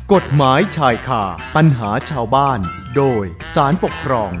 กฎหมายชายคาปัญหาชาวบ้านโดยศาลปกครอง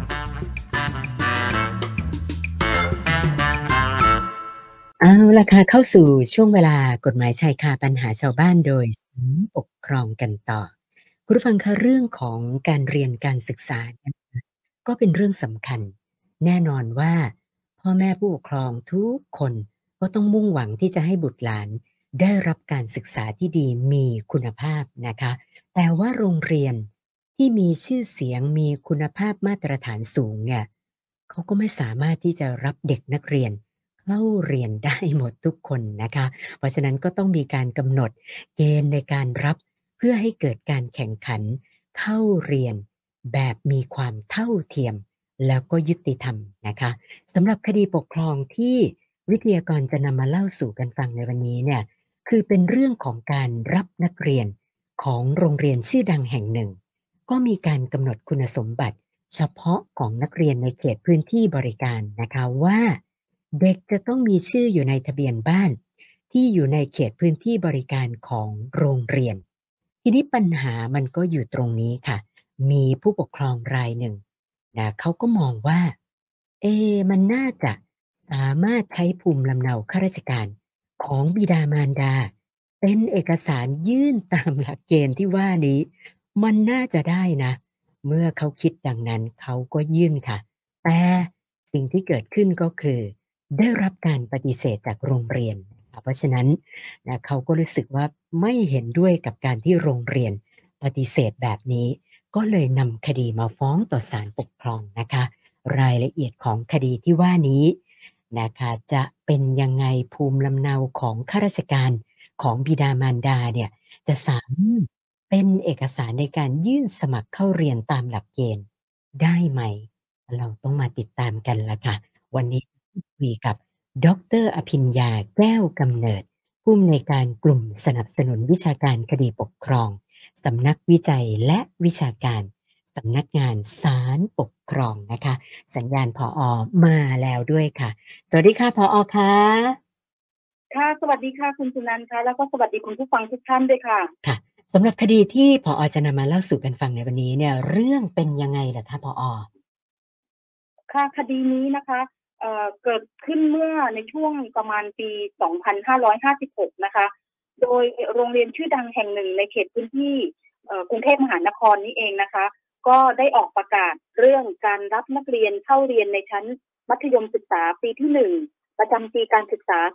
เอาล่ะค่ะเข้าสู่ช่วงเวลากฎหมายชายคาปัญหาชาวบ้านโดยศาลปกครองกันต่อคุณผู้ฟังคะเรื่องของการเรียนการศึกษาเนี่ยนะคะก็เป็นเรื่องสำคัญแน่นอนว่าพ่อแม่ผู้ปกครองทุกคนก็ต้องมุ่งหวังที่จะให้บุตรหลานได้รับการศึกษาที่ดีมีคุณภาพนะคะแต่ว่าโรงเรียนที่มีชื่อเสียงมีคุณภาพมาตรฐานสูงเนี่ยเขาก็ไม่สามารถที่จะรับเด็กนักเรียน เข้าเรียนได้หมดทุกคนนะคะ เพราะฉะนั้นก็ต้องมีการกำหนดเกณฑ์ในการรับเพื่อให้เกิดการแข่งขันเข้าเรียนแบบมีความเท่าเทียมแล้วก็ยุติธรรมนะคะสำหรับคดีปกครองที่วิทยากรจะนำมาเล่าสู่กันฟังในวันนี้เนี่ยคือเป็นเรื่องของการรับนักเรียนของโรงเรียนชื่อดังแห่งหนึ่งก็มีการกำหนดคุณสมบัติเฉพาะของนักเรียนในเขตพื้นที่บริการนะคะว่า เด็กจะต้องมีชื่ออยู่ในทะเบียนบ้านที่อยู่ในเขตพื้นที่บริการของโรงเรียนทีนี้ปัญหามันก็อยู่ตรงนี้ค่ะมีผู้ปกครองรายหนึ่งนะเขาก็มองว่ามันน่าจะสามารถใช้ภูมิลำเนาข้าราชการของบิดามารดาเป็นเอกสารยื่นตามหลักเกณฑ์ที่ว่านี้มันน่าจะได้นะเมื่อเขาคิดดังนั้นเขาก็ยื่นค่ะแต่สิ่งที่เกิดขึ้นก็คือ ได้รับการปฏิเสธจากโรงเรียนนะคะเพราะฉะนั้นนะเขาก็รู้สึกว่าไม่เห็นด้วยกับการที่โรงเรียนปฏิเสธแบบนี้ก็เลยนำคดีมาฟ้องต่อศาลปกครองนะคะรายละเอียดของคดีที่ว่านี้นะคะจะเป็นยังไงภูมิลำเนาของข้าราชการของบิดามารดาเนี่ยจะสามารถเป็นเอกสารในการยื่นสมัครเข้าเรียนตามหลักเกณฑ์ได้ไหมเราต้องมาติดตามกันละค่ะวันนี้ คุยกับดรอภิญญาแก้วกำเนิดผู้อำนวยการกลุ่มสนับสนุนวิชาการคดีปกครองสำนักวิจัยและวิชาการสำนักงานศาลปกครองนะคะสัญญาณผอมาแล้วด้วยค่ะสวัสดีค่ะผอคะค่ะสวัสดีค่ะคุณสุนันท์ค่ะแล้วก็สวัสดีคุณผู้ฟังทุกท่านด้วยค่ะค่ะสำหรับคดีที่ผอจะนำมาเล่าสู่กันฟังในวันนี้เนี่ยเรื่องเป็นยังไงล่ะคะผอค่ะคดีนี้นะคะเกิดขึ้นเมื่อในช่วงประมาณปี2556นะคะโดยโรงเรียนชื่อดังแห่งหนึ่งในเขตพื้นที่กรุงเทพมหานครนี้เองนะคะก็ได้ออกประกาศเรื่องการรับนักเรียนเข้าเรียนในชั้นมัธยมศึกษาปีที่1ประจำปีการศึกษา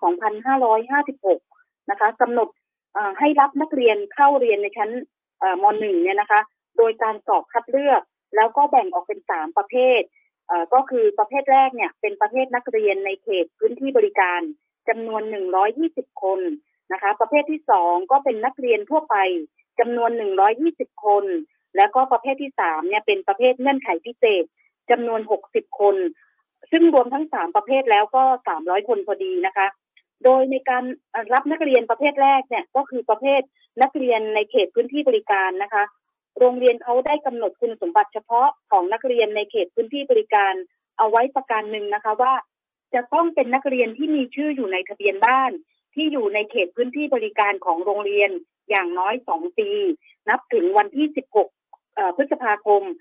2556นะคะกำหนดให้รับนักเรียนเข้าเรียนในชั้นม .1 เนี่ยนะคะโดยการสอบคัดเลือกแล้วก็แบ่งออกเป็น3ประเภทก็คือประเภทแรกเนี่ยเป็นประเภทนักเรียนในเขตพื้นที่บริการจำนวน120คนนะคะประเภทที่2ก็เป็นนักเรียนทั่วไปจำนวน120คนแล้วก็ประเภทที่3เนี่ยเป็นประเภทเงื่อนไขพิเศษจำนวน60คนซึ่งรวมทั้ง3ประเภทแล้วก็300คนพอดีนะคะโดยในการรับนักเรียนประเภทแรกเนี่ยก็คือประเภทนักเรียนในเขตพื้นที่บริการนะคะโรงเรียนเขาได้กำหนดคุณสมบัติเฉพาะของนักเรียนในเขตพื้นที่บริการเอาไว้ประการหนึ่งนะคะว่าจะต้องเป็นนักเรียนที่มีชื่ออยู่ในทะเบียนบ้านที่อยู่ในเขตพื้นที่บริการของโรงเรียนอย่างน้อย2ปีนับถึงวันที่16พฤษภาคม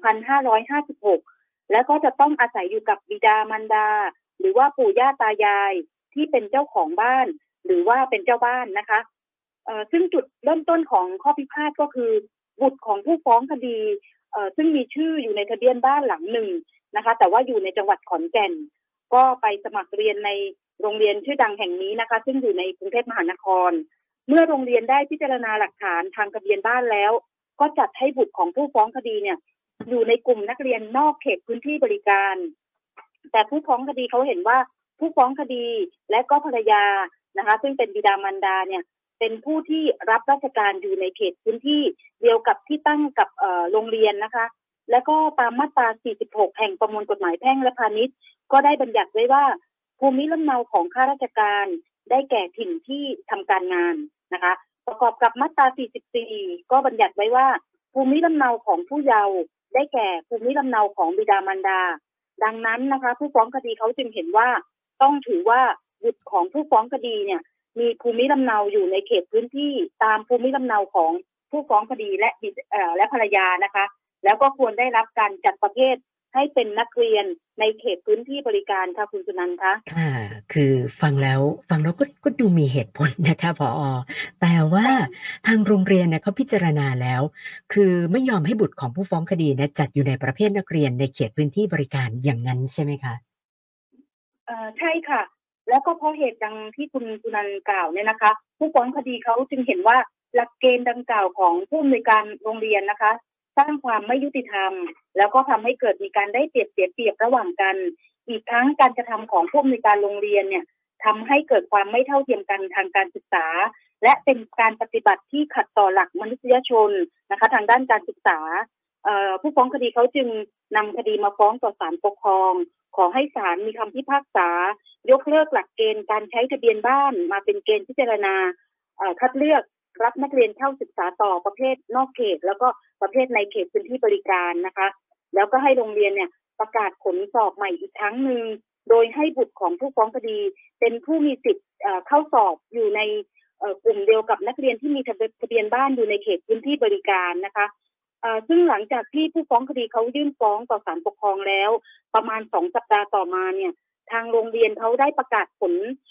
2556และก็จะต้องอาศัยอยู่กับบิดามารดาหรือว่าปู่ย่าตายายที่เป็นเจ้าของบ้านหรือว่าเป็นเจ้าบ้านนะคะซึ่งจุดเริ่มต้นของข้อพิพาทก็คือบุตรของผู้ฟ้องคดีซึ่งมีชื่ออยู่ในทะเบียนบ้านหลังหนึ่งนะคะแต่ว่าอยู่ในจังหวัดขอนแก่นก็ไปสมัครเรียนในโรงเรียนชื่อดังแห่งนี้นะคะซึ่งอยู่ในกรุงเทพมหานครเมื่อโรงเรียนได้พิจารณาหลักฐานทางทะเบียนบ้านแล้วก็จัดให้บุตรของผู้ฟ้องคดีเนี่ยอยู่ในกลุ่มนักเรียนนอกเขตพื้นที่บริการแต่ผู้ฟ้องคดีเขาเห็นว่าผู้ฟ้องคดีและก็ภรรยานะคะซึ่งเป็นบิดามารดาเนี่ยเป็นผู้ที่รับราชการอยู่ในเขตพื้นที่เดียวกับที่ตั้งกับโรงเรียนนะคะและก็ตามมาตรา 46 แห่งประมวลกฎหมายแพ่งและพาณิชย์ก็ได้บัญญัติไว้ว่าภูมิลำเนาของข้าราชการได้แก่ถิ่นที่ทำการงานนะคะประกอบกับมาตรา 44 ก็บัญญัติไว้ว่าภูมิลำเนาของผู้เยาว์ได้แก่ภูมิลำเนาของบิดามารดาดังนั้นนะคะผู้ฟ้องคดีเขาจึงเห็นว่าต้องถือว่าบุตรของผู้ฟ้องคดีเนี่ยมีภูมิลำเนาอยู่ในเขตพื้นที่ตามภูมิลำเนาของผู้ฟ้องคดีและภรรยานะคะแล้วก็ควรได้รับการจัดประเภทให้เป็นนักเรียนในเขตพื้นที่บริการค่ะคุณสุนันท์คะค่ะคือฟังแล้วก็ดูมีเหตุผลนะคะผอแต่ว่าทางโรงเรียนเนี่ยเขาพิจารณาแล้วคือไม่ยอมให้บุตรของผู้ฟ้องคดีเนี่ยจัดอยู่ในประเภทนักเรียนในเขตพื้นที่บริการอย่างนั้นใช่ไหมคะใช่ค่ะแล้วก็เพราะเหตุดังที่คุณสุนันท์กล่าวเนี่ยนะคะผู้ฟ้องคดีเขาจึงเห็นว่าหลักเกณฑ์ดังกล่าวของผู้อำนวยการโรงเรียนนะคะสร้างความไม่ยุติธรรมแล้วก็ทำให้เกิดมีการได้เปรียบเสียเปรียบระหว่างกันอีกทั้งการกระทำของผู้อำนวยการโรงเรียนเนี่ยทำให้เกิดความไม่เท่าเทียมกันทางการศึกษาและเป็นการปฏิบัติที่ขัดต่อหลักมนุษยชนนะคะทางด้านการศึกษาผู้ฟ้องคดีเขาจึงนำคดีมาฟ้องต่อศาลปกครองขอให้ศาลมีคำพิพากษายกเลิกหลักเกณฑ์การใช้ทะเบียนบ้านมาเป็นเกณฑ์พิจารณาคัดเลือกรับนักเรียนเข้าศึกษาต่อประเภทนอกเขตแล้วก็ประเภทในเขตพื้นที่บริการนะคะแล้วก็ให้โรงเรียนเนี่ยประกาศผลสอบใหม่อีกครั้งหนึ่งโดยให้บุตรของผู้ฟ้องคดีเป็นผู้มีสิทธิ์เข้าสอบอยู่ในกลุ่มเดียวกับนักเรียนที่มีทะเบียนบ้านอยู่ในเขตพื้นที่บริการนะคะซึ่งหลังจากที่ผู้ฟ้องคดีเขายื่นฟ้องต่อศาลปกครองแล้วประมาณ2 สัปดาห์ต่อมาเนี่ยทางโรงเรียนเขาได้ประกาศผล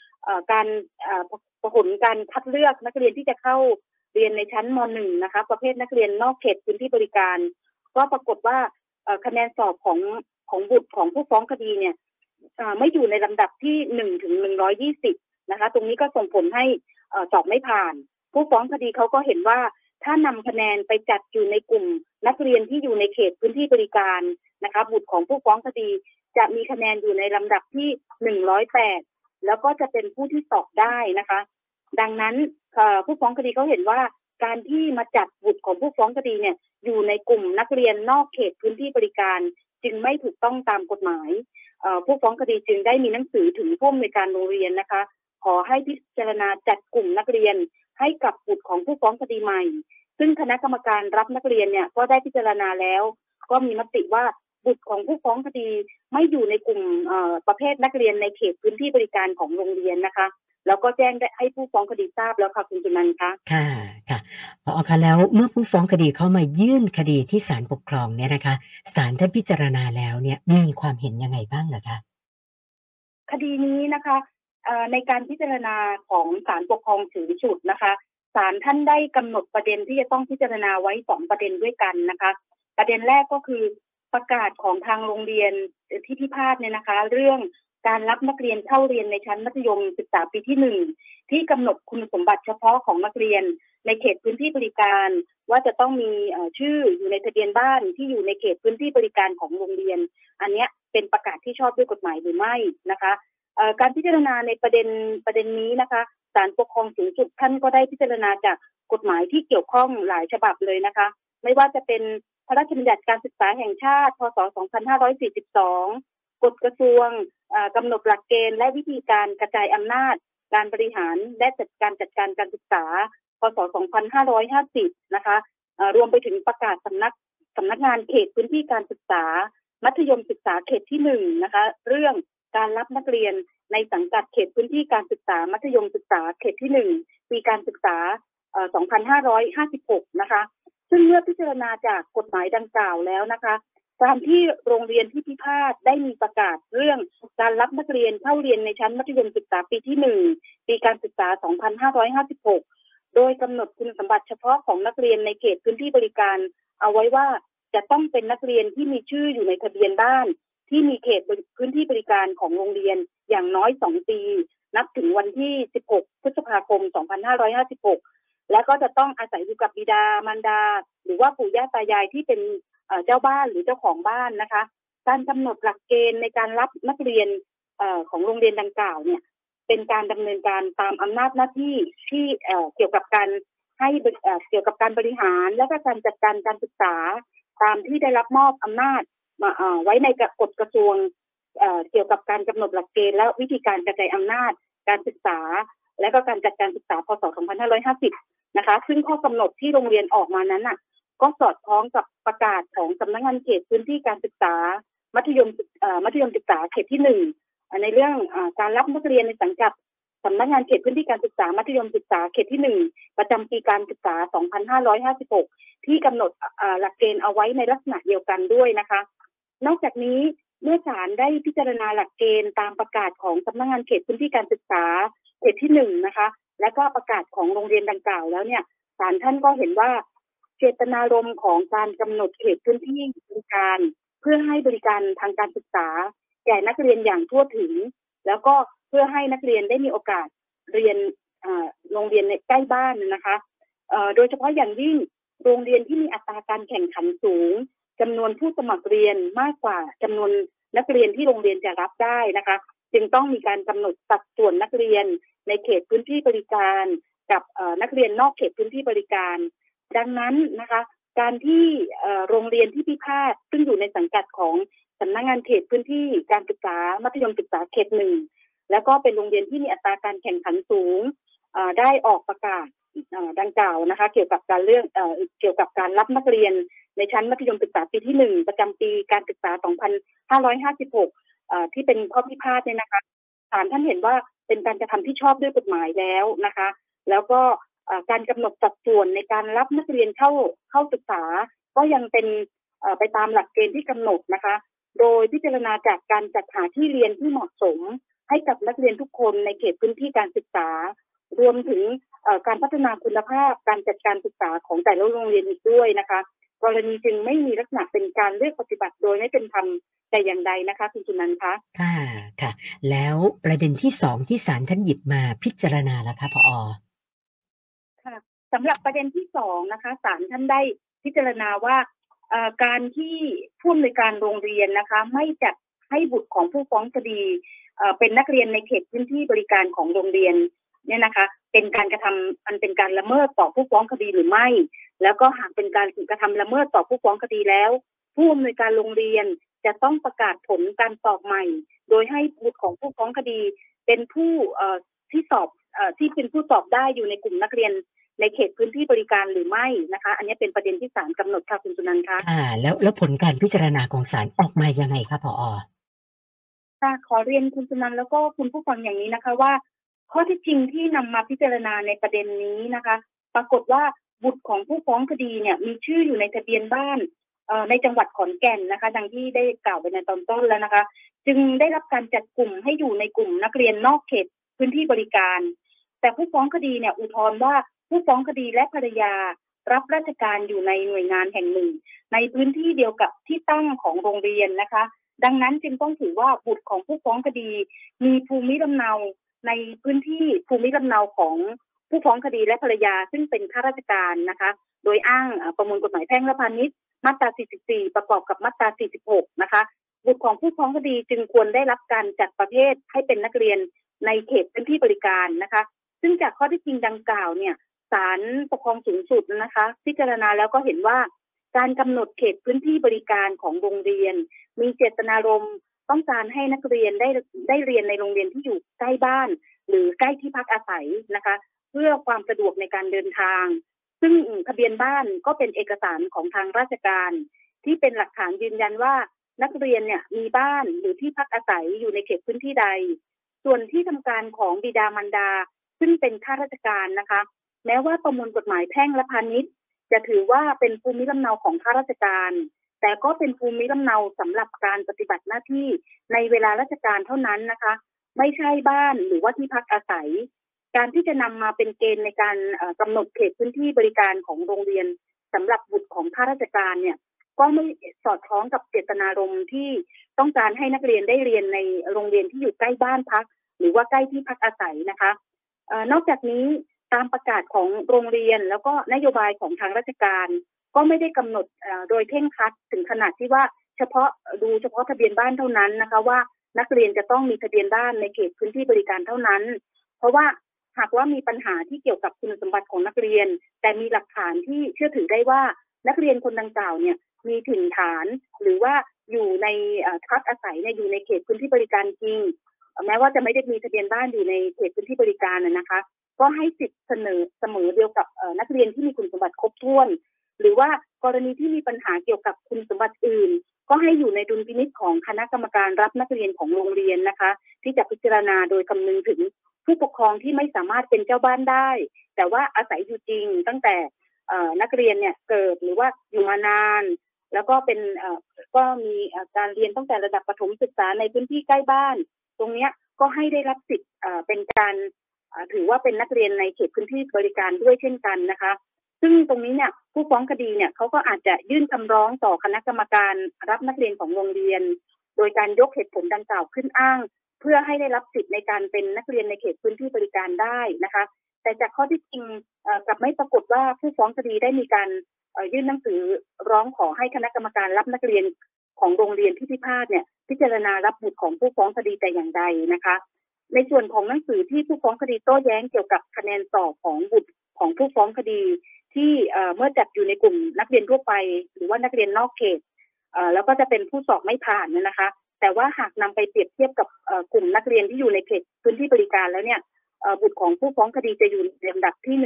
การคัดเลือกนักเรียนที่จะเข้าเรียนในชั้นม .1 นะคะประเภทนักเรียนนอกเขตพื้นที่บริการก็ปรากฏว่าคะแนนสอบของบุตรของผู้ฟ้องคดีเนี่ยไม่อยู่ในลำดับที่1 ถึง 120นะคะตรงนี้ก็ส่งผลให้สอบไม่ผ่านผู้ฟ้องคดีเขาก็เห็นว่าถ้านำคะแนนไปจัดอยู่ในกลุ่มนักเรียนที่อยู่ในเขตพื้นที่บริการนะคะบุตรของผู้ฟ้องคดีจะมีคะแนนอยู่ในลำดับที่108แล้วก็จะเป็นผู้ที่สอบได้นะคะดังนั้นผู้ฟ้องคดีเขาเห็นว่าการที่มาจัดบุตรของผู้ฟ้องคดีเนี่ยอยู่ในกลุ่มนักเรียนนอกเขตพื้นที่บริการจึงไม่ถูกต้องตามกฎหมายผู้ฟ้องคดีจึงได้มีหนังสือถึงผู้อำนวยการโรงเรียนนะคะขอให้พิจารณาจัดกลุ่มนักเรียนให้กับบุตรของผู้ฟ้องคดีใหม่ซึ่งคณะกรรมการรับนักเรียนเนี่ยก็ได้พิจารณาแล้วก็มีมติว่าบุตรของผู้ฟ้องคดีไม่อยู่ในกลุ่มประเภทนักเรียนในเขตพื้นที่บริการของโรงเรียนนะคะแล้วก็แจ้งได้ให้ผู้ฟ้องคดีทราบแล้วค่ะคุณจุนันท์คะค่ะค่ะผอคะแล้วเมื่อผู้ฟ้องคดีเข้ามายื่นคดีที่ศาลปกครองเนี่ยนะคะศาลท่านพิจารณาแล้วเนี่ยมีความเห็นยังไงบ้างเหรอคะคดีนี้นะคะในการพิจารณาของศาลปกครองสูงสุดนะคะศาลท่านได้กำหนดประเด็นที่จะต้องพิจารณาไว้2 ประเด็นด้วยกันนะคะประเด็นแรกก็คือประกาศของทางโรงเรียนที่พิพาทเนี่ยนะคะเรื่องการรับนักเรียนเข้าเรียนในชั้นมัธยมศึกษาปีที่1ที่กำหนดคุณสมบัติเฉพาะของนักเรียนในเขตพื้นที่บริการว่าจะต้องมีชื่ออยู่ในทะเบียนบ้านที่อยู่ในเขตพื้นที่บริการของโรงเรียนอันนี้เป็นประกาศที่ชอบด้วยกฎหมายหรือไม่นะคะการพิจารณาในประเด็นนี้นะคะศาลปกครองสูงสุดท่านก็ได้พิจารณาจากกฎหมายที่เกี่ยวข้องหลายฉบับเลยนะคะไม่ว่าจะเป็นพระราชบัญญัติการศึกษาแห่งชาติพ.ศ. 2542กฎกระทรวงกำหนดหลักเกณฑ์และวิธีการกระจายอำนาจการบริหารและจัดการการศึกษาพ.ศ. 2550นะคะรวมไปถึงประกาศสำนักงานเขตพื้นที่การศึกษามัธยมศึกษาเขตที่1นะคะเรื่องการรับนักเรียนในสังกัดเขตพื้นที่การศึกษามัธยมศึกษาเขตที่1ปีการศึกษา2556นะคะซึ่งเมื่อพิจารณาจากกฎหมายดังกล่าวแล้วนะคะการที่โรงเรียนที่พิพาทได้มีประกาศเรื่องการรับนักเรียนเข้าเรียนในชั้นมัธยมศึกษาปีที่1ปีการศึกษา2556โดยกำหนดคุณสมบัติเฉพาะของนักเรียนในเขตพื้นที่บริการเอาไว้ว่าจะต้องเป็นนักเรียนที่มีชื่ออยู่ในทะเบียนบ้านที่มีเขตพื้นที่บริการของโรงเรียนอย่างน้อย2 ปีนับถึงวันที่16 พฤษภาคม 2556และก็จะต้องอาศัยอยู่กับบิดามารดาหรือว่าปู่ย่าตายายที่เป็นเจ้าบ้านหรือเจ้าของบ้านนะคะการกำหนดหลักเกณฑ์ในการรับนักเรียนของโรงเรียนดังกล่าวเนี่ยเป็นการดำเนินการตามอำนาจหน้าที่ที่เกี่ยวกับการให้เกี่ยวกับการบริหารและก็การจัดการการศึกษาตามที่ได้รับมอบอำนาจมาไว้ในกฎกระทรวงเกี่ยวกับการกำหนดหลักเกณฑ์และวิธีการกระจายอำนาจการศึกษาและก็การจัดการศึกษาพ.ศ. 2550นะคะซึ่งข้อกำหนดที่โรงเรียนออกมานั้นน่ะก็สอดคล้องกับประกาศของสำนักงานเขตพื้นที่การศึกษามัธยมศึกษาเขตที่1ในเรื่องการรับนักเรียนในสังกัดสำนักงานเขตพื้นที่การศึกษามัธยมศึกษาเขตที่1ประจำปีการศึกษา 2556 ที่กำหนดหลักเกณฑ์เอาไว้ในลักษณะเดียวกันด้วยนะคะนอกจากนี้เมื่อศาลได้พิจารณาหลักเกณฑ์ตามประกาศของสำนักงานเขตพื้นที่การศึกษาเขตที่1นะคะและก็ประกาศของโรงเรียนดังกล่าวแล้วเนี่ยศาลท่านก็เห็นว่าเจตนารมณ์ของการกำหนดเขตพื้นที่บริการเพื่อให้บริการทางการศึกษาแก่นักเรียนอย่างทั่วถึงแล้วก็เพื่อให้นักเรียนได้มีโอกาสเรียนโรงเรียนในใกล้บ้านนะคะโดยเฉพาะอย่างยิ่งโรงเรียนที่มีอัตราการแข่งขันสูงจำนวนผู้สมัครเรียนมากกว่าจำนวนนักเรียนที่โรงเรียนจะรับได้นะคะจึงต้องมีการกำหนดสัดส่วนนักเรียนในเขตพื้นที่บริการกับนักเรียนนอกเขตพื้นที่บริการดังนั้นนะคะการที่โรงเรียนที่พิพาทซึ่งอยู่ในสังกัดของสำนักงานเขตพื้นที่การศึกษามัธยมศึกษาเขต1แล้วก็เป็นโรงเรียนที่มีอัตราการแข่งขันสูงได้ออกประกาศดังกล่าวนะคะเกี่ยวกับการเกี่ยวกับการรับนักเรียนในชั้นมัธยมศึกษาปีที่1ประจำปีการศึกษา 2556 ที่เป็นข้อพิพาทเนี่ยนะคะศาลท่านเห็นว่าเป็นการกระทำที่ชอบด้วยกฎหมายแล้วนะคะแล้วก็การกำหนดสัดส่วนในการรับนักเรียนเข้าศึกษาก็ยังเป็นไปตามหลักเกณฑ์ที่กำหนดนะคะโดยพิจารณาจากการจัดหาที่เรียนที่เหมาะสมให้กับนักเรียนทุกคนในเขตพื้นที่การศึกษารวมถึงการพัฒนาคุณภาพการจัดการศึกษาของแต่ละโรงเรียนอีกด้วยนะคะกรณีจึงไม่มีลักษณะเป็นการเลือกปฏิบัติโดยไม่เป็นธรรมแต่อย่างใดนะคะคุณจุนันท์คะค่ะค่ะแล้วประเด็นที่2ที่ศาลท่านหยิบมาพิจารณาแล้วคะผอ. ค่ะสำหรับประเด็นที่2นะคะศาลท่านได้พิจารณาว่าการที่ผู้อำนวยการโรงเรียนนะคะไม่จัดให้บุตรของผู้ฟ้องคดีเป็นนักเรียนในเขตพื้นที่บริการของโรงเรียนเนี่ยนะคะเป็นการกระทำอันเป็นการละเมิดต่อผู้ฟ้องคดีหรือไม่แล้วก็หากเป็นการกระทำละเมิดต่อผู้ฟ้องคดีแล้วผู้อำนวยการโรงเรียนจะต้องประกาศผลการสอบใหม่โดยให้บุตรของผู้ฟ้องคดีเป็นผู้ที่สอบที่เป็นผู้สอบได้อยู่ในกลุ่มนักเรียนในเขตพื้นที่บริการหรือไม่นะคะอันนี้เป็นประเด็นที่ศาลกำหนดค่ะคุณสุนันท์คะแล้วผลการพิจารณาของศาลออกมายังไงคะผอ. ค่ะขอเรียนคุณสุนันท์แล้วก็คุณผู้ฟังอย่างนี้นะคะว่าข้อเท็จจริงที่นำมาพิจารณาในประเด็นนี้นะคะปรากฏว่าบุตรของผู้ฟ้องคดีเนี่ยมีชื่ออยู่ในทะเบียนบ้านในจังหวัดขอนแก่นนะคะดังที่ได้กล่าวไปในตอนต้นแล้วนะคะจึงได้รับการจัดกลุ่มให้อยู่ในกลุ่มนักเรียนนอกเขตพื้นที่บริการแต่ผู้ฟ้องคดีเนี่ยอุทธรณ์ว่าผู้ฟ้องคดีและภรรยารับราชการอยู่ในหน่วยงานแห่งหนึ่งในพื้นที่เดียวกับที่ตั้งของโรงเรียนนะคะดังนั้นจึงต้องถือว่าบุตรของผู้ฟ้องคดีมีภูมิลำเนาในพื้นที่ภูมิลำเนาของผู้ฟ้องคดีและภรรยาซึ่งเป็นข้าราชการนะคะโดยอ้างประมวลกฎหมายแพ่งและพาณิชย์มาตรา 44 ประกอบกับมาตรา 46 นะคะบุตรของผู้ฟ้องคดีจึงควรได้รับการจัดประเภทให้เป็นนักเรียนในเขตพื้นที่บริการนะคะซึ่งจากข้อเท็จจริงดังกล่าวเนี่ยศาลปกครองสูงสุดนะคะพิจารณาแล้วก็เห็นว่าการกำหนดเขตพื้นที่บริการของโรงเรียนมีเจตนารมณ์ต้องการให้นักเรียนได้เรียนในโรงเรียนที่อยู่ใกล้บ้านหรือใกล้ที่พักอาศัยนะคะเพื่อความสะดวกในการเดินทางซึ่งทะเบียนบ้านก็เป็นเอกสารของทางราชการที่เป็นหลักฐานยืนยันว่านักเรียนเนี่ยมีบ้านหรือที่พักอาศัยอยู่ในเขตพื้นที่ใดส่วนที่ทำการของบิดามารดาซึ่งเป็นข้าราชการนะคะแม้ว่าประมวลกฎหมายแพ่งและพาณิชย์จะถือว่าเป็นภูมิลำเนาของข้าราชการแต่ก็เป็นภูมิลำเนาสำหรับการปฏิบัติหน้าที่ในเวลาราชการเท่านั้นนะคะไม่ใช่บ้านหรือว่าที่พักอาศัยการที่จะนำมาเป็นเกณฑ์ในการกำหนดเขตพื้นที่บริการของโรงเรียนสำหรับบุตรของข้าราชการเนี่ยก็ไม่สอดคล้องกับเจตนารมณ์ที่ต้องการให้นักเรียนได้เรียนในโรงเรียนที่อยู่ใกล้บ้านพักหรือว่าใกล้ที่พักอาศัยนะคะนอกจากนี้ตามประกาศของโรงเรียนแล้วก็นโยบายของทางราชการก็ไม่ได้กำหนดโดยเคร่งครัดถึงขนาดที่ว่าเฉพาะทะเบียนบ้านเท่านั้นนะคะว่านักเรียนจะต้องมีทะเบียนบ้านในเขตพื้นที่บริการเท่านั้นเพราะว่าหากว่ามีปัญหาที่เกี่ยวกับคุณสมบัติของนักเรียนแต่มีหลักฐานที่เชื่อถือได้ว่านักเรียนคนดังกล่าวเนี่ยมีถิ่นฐานหรือว่าอยู่ในพักอาศัยเนี่ยอยู่ในเขตพื้นที่บริการจริงแม้ว่าจะไม่ได้มีทะเบียนบ้านอยู่ในเขตพื้นที่บริการนะคะก็ให้สิทธิ์เสมอเดียวกับนักเรียนที่มีคุณสมบัติครบถ้วนหรือว่ากรณีที่มีปัญหาเกี่ยวกับคุณสมบัติอื่นก็ให้อยู่ในดุลพินิจของคณะกรรมการรับนักเรียนของโรงเรียนนะคะที่จะพิจารณาโดยคำนึงถึงผู้ปกครองที่ไม่สามารถเป็นเจ้าบ้านได้แต่ว่าอาศัยอยู่จริงตั้งแต่นักเรียนเนี่ยเกิดหรือว่าอยู่มานานแล้วก็เป็นก็มีการเรียนตั้งแต่ระดับประถมศึกษาในพื้นที่ใกล้บ้านตรงเนี้ยก็ให้ได้รับสิทธิ์เป็นการถือว่าเป็นนักเรียนในเขตพื้นที่บริการด้วยเช่นกันนะคะซึ่งตรงนี้เนี่ยผู้ฟ้องคดีเนี่ยเขาก็อาจจะยื่นคำร้องต่อคณะกรรมการรับนักเรียนของโรงเรียนโดยการยกเหตุผลดังกล่าวขึ้นอ้างเพื่อให้ได้รับสิทธิ์ในการเป็นนักเรียนในเขตพื้นที่บริการได้นะคะแต่จากข้อที่จริงกลับไม่ปรากฏว่าผู้ฟ้องคดีได้มีการยื่นหนังสือร้องขอให้คณะกรรมการรับนักเรียนของโรงเรียนที่พิพาทเนี่ยพิจารณารับบุตรของผู้ฟ้องคดีแต่อย่างใดนะคะในส่วนของหนังสือที่ผู้ฟ้องคดีโต้แย้งเกี่ยวกับคะแนนสอบของบุตรของผู้ฟ้องคดีที่เมื่อจัดอยู่ในกลุ่มนักเรียนทั่วไปหรือว่านักเรียนนอกเขตแล้วก็จะเป็นผู้สอบไม่ผ่านนะคะแต่ว่าหากนำไปเปรียบเทียบกับกลุ่มนักเรียนที่อยู่ในเขตพื้นที่บริการแล้วเนี่ยบุตรของผู้ฟ้องคดีจะอยู่ในลำดับที่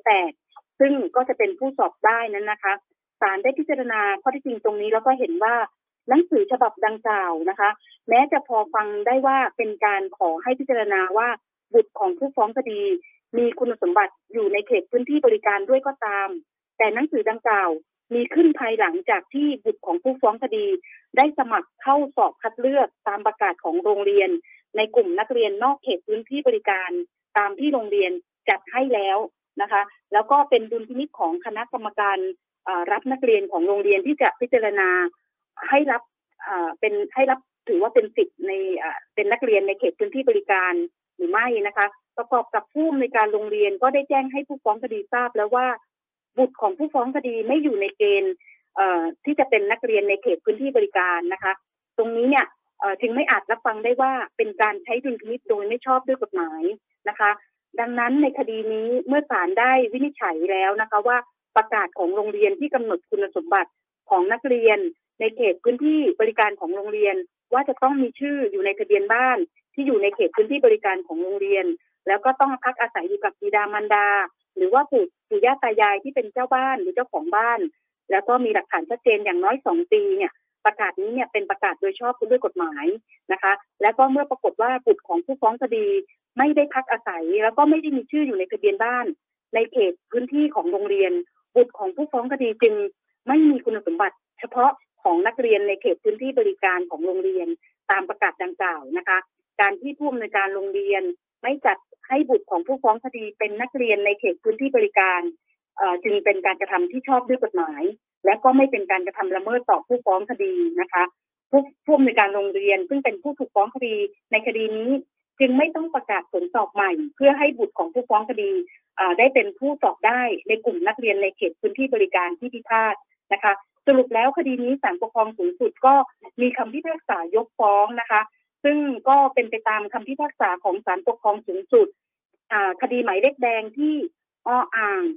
108ซึ่งก็จะเป็นผู้สอบได้นั้นนะคะศาลได้พิจารณาข้อที่จริงตรงนี้แล้วก็เห็นว่าหนังสือฉบับดังกล่าวนะคะแม้จะพอฟังได้ว่าเป็นการขอให้พิจารณาว่าบุตรของผู้ฟ้องคดีมีคุณสมบัติอยู่ในเขตพื้นที่บริการด้วยก็ตามแต่หนังสือดังกล่าวมีขึ้นภายหลังจากที่บุตรของผู้ฟ้องคดีได้สมัครเข้าสอบคัดเลือกตามประกาศของโรงเรียนในกลุ่มนักเรียนนอกเขตพื้นที่บริการตามที่โรงเรียนจัดให้แล้วนะคะแล้วก็เป็นดุลพินิจของคณะกรรมการรับนักเรียนของโรงเรียนที่จะพิจารณาให้รับถือว่าเป็นสิทธิ์ในเป็นนักเรียนในเขตพื้นที่บริการหรือไม่นะคะประกอบกับผู้อำนวยการโรงเรียนก็ได้แจ้งให้ผู้ฟ้องคดีทราบแล้วว่าบุตรของผู้ฟ้องคดีไม่อยู่ในเกณฑ์ที่จะเป็นนักเรียนในเขตพื้นที่บริการนะคะตรงนี้เนี่ยจึงไม่อาจรับฟังได้ว่าเป็นการใช้ดุลพินิจโดยไม่ชอบด้วยกฎหมายนะคะดังนั้นในคดีนี้เมื่อศาลได้วินิจฉัยแล้วนะคะว่าประกาศของโรงเรียนที่กำหนดคุณสมบัติของนักเรียนในเขตพื้นที่บริการของโรงเรียนว่าจะต้องมีชื่ออยู่ในทะเบียนบ้านที่อยู่ในเขตพื้นที่บริการของโรงเรียนแล้วก็ต้องพักอาศัยอยู่กับบิดามารดาหรือว่าปู่ย่าตายายที่เป็นเจ้าบ้านหรือเจ้าของบ้านแล้วก็มีหลักฐานชัดเจนอย่างน้อย2 ปีเนี่ยประกาศนี้เนี่ยเป็นประกาศโดยชอบด้วยกฎหมายนะคะและก็เมื่อปรากฏว่าบุตรของผู้ฟ้องคดีไม่ได้พักอาศัยแล้วก็ไม่ได้มีชื่ออยู่ในทะเบียนบ้านในเขตพื้นที่ของโรงเรียนบุตรของผู้ฟ้องคดีจึงไม่มีคุณสมบัติเฉพาะของนักเรียนในเขตพื้นที่บริการของโรงเรียนตามประกาศดังกล่าวนะคะการที่ผู้อำนวยการโรงเรียนไม่จัดให้บุตรของผู้ฟ้องคดีเป็นนักเรียนในเขตพื้นที่บริการจึงเป็นการกระทำที่ชอบด้วยกฎหมายและก็ไม่เป็นการกระทำละเมิดต่อผู้ฟ้องคดีนะคะผู้อำนวยการโรงเรียนซึ่งเป็นผู้ถูกฟ้องคดีในคดีนี้จึงไม่ต้องประกาศผลสอบใหม่เพื่อให้บุตรของผู้ฟ้องคดีได้เป็นผู้สอบได้ในกลุ่มนักเรียนในเขตพื้นที่บริการที่พิพาทนะคะสรุปแล้วคดีนี้ศาลปกครองสูงสุดก็มีคำพิพากษายกฟ้องนะคะซึ่งก็เป็นไปตามคำพิพากษาของศาลปกครองสูงสุดคดีหมายเลขแดงที่อ่าง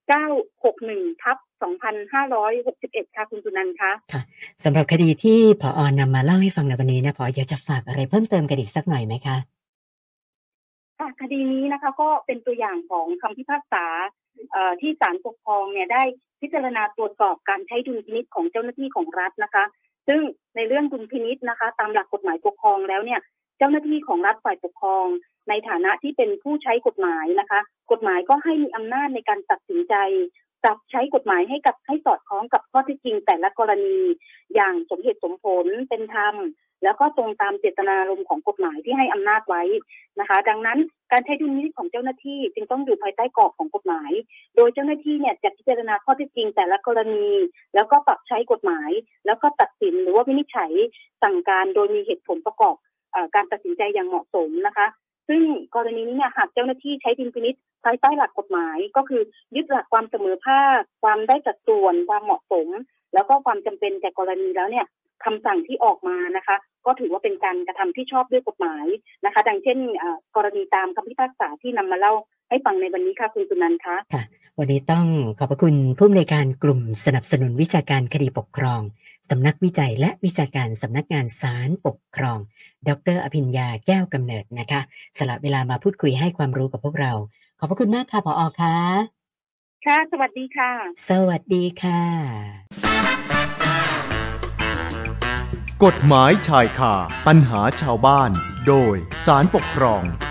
961/2561ค่ะคุณสุนันท์คะค่ะสำหรับคดีที่ผอ.นำมาเล่าให้ฟังในวันนี้นะผอ.อยากจะฝากอะไรเพิ่มเติมกันอีกสักหน่อยไหมคะค่ะคดีนี้นะคะก็เป็นตัวอย่างของคำพิพากษาที่ศาลปกครองเนี่ยได้พิจารณาตรวจสอบการใช้ดุลพินิจของเจ้าหน้าที่ของรัฐนะคะซึ่งในเรื่องดุลพินิจนะคะตามหลักกฎหมายปกครองแล้วเนี่ยเจ้าหน้าที่ของรัฐฝ่ายปกครองในฐานะที่เป็นผู้ใช้กฎหมายนะคะกฎหมายก็ให้มีอำนาจในการตัดสินใจปรับใช้กฎหมายให้สอดคล้องกับข้อเท็จจริงแต่ละกรณีอย่างสมเหตุสมผลเป็นธรรมแล้วก็ตรงตามเจตนารมณ์ของกฎหมายที่ให้อำนาจไว้นะคะดังนั้นการใช้ดุลพินิจของเจ้าหน้าที่จึงต้องอยู่ภายใต้กรอบของกฎหมายโดยเจ้าหน้าที่เนี่ยจะพิจารณาข้อเท็จจริงแต่ละกรณีแล้วก็ปรับใช้กฎหมายแล้วก็ตัดสินหรือว่าวินิจฉัยสั่งการโดยมีเหตุผลประกอบการตัดสินใจอย่างเหมาะสมนะคะซึ่งกรณีนี้เนี่ยหากเจ้าหน้าที่ใช้ดุลพินิจภายใต้หลักกฎหมายก็คือยึดหลักความเสมอภาคความได้สัดส่วนความเหมาะสมแล้วก็ความจำเป็นแก่กรณีแล้วเนี่ยคำสั่งที่ออกมานะคะก็ถือว่าเป็นการกระทำที่ชอบด้วยกฎหมายนะคะดังเช่นกรณีตามคำพิพากษาที่นำมาเล่าให้ฟังในวันนี้ค่ะคุณสุนันท์คะค่ะวันนี้ต้องขอบพระคุณผู้อำนวยการกลุ่มสนับสนุนวิชาการคดีปกครองสำนักวิจัยและวิชาการสำนักงานศาลปกครองดร.อภิญญาแก้วกำเนิดนะคะสละเวลามาพูดคุยให้ความรู้กับพวกเราขอบพระคุณมากค่ะผอ.ค่ะค่ะสวัสดีค่ะสวัสดีค่ะกฎหมายชายคาปัญหาชาวบ้านโดยศาลปกครอง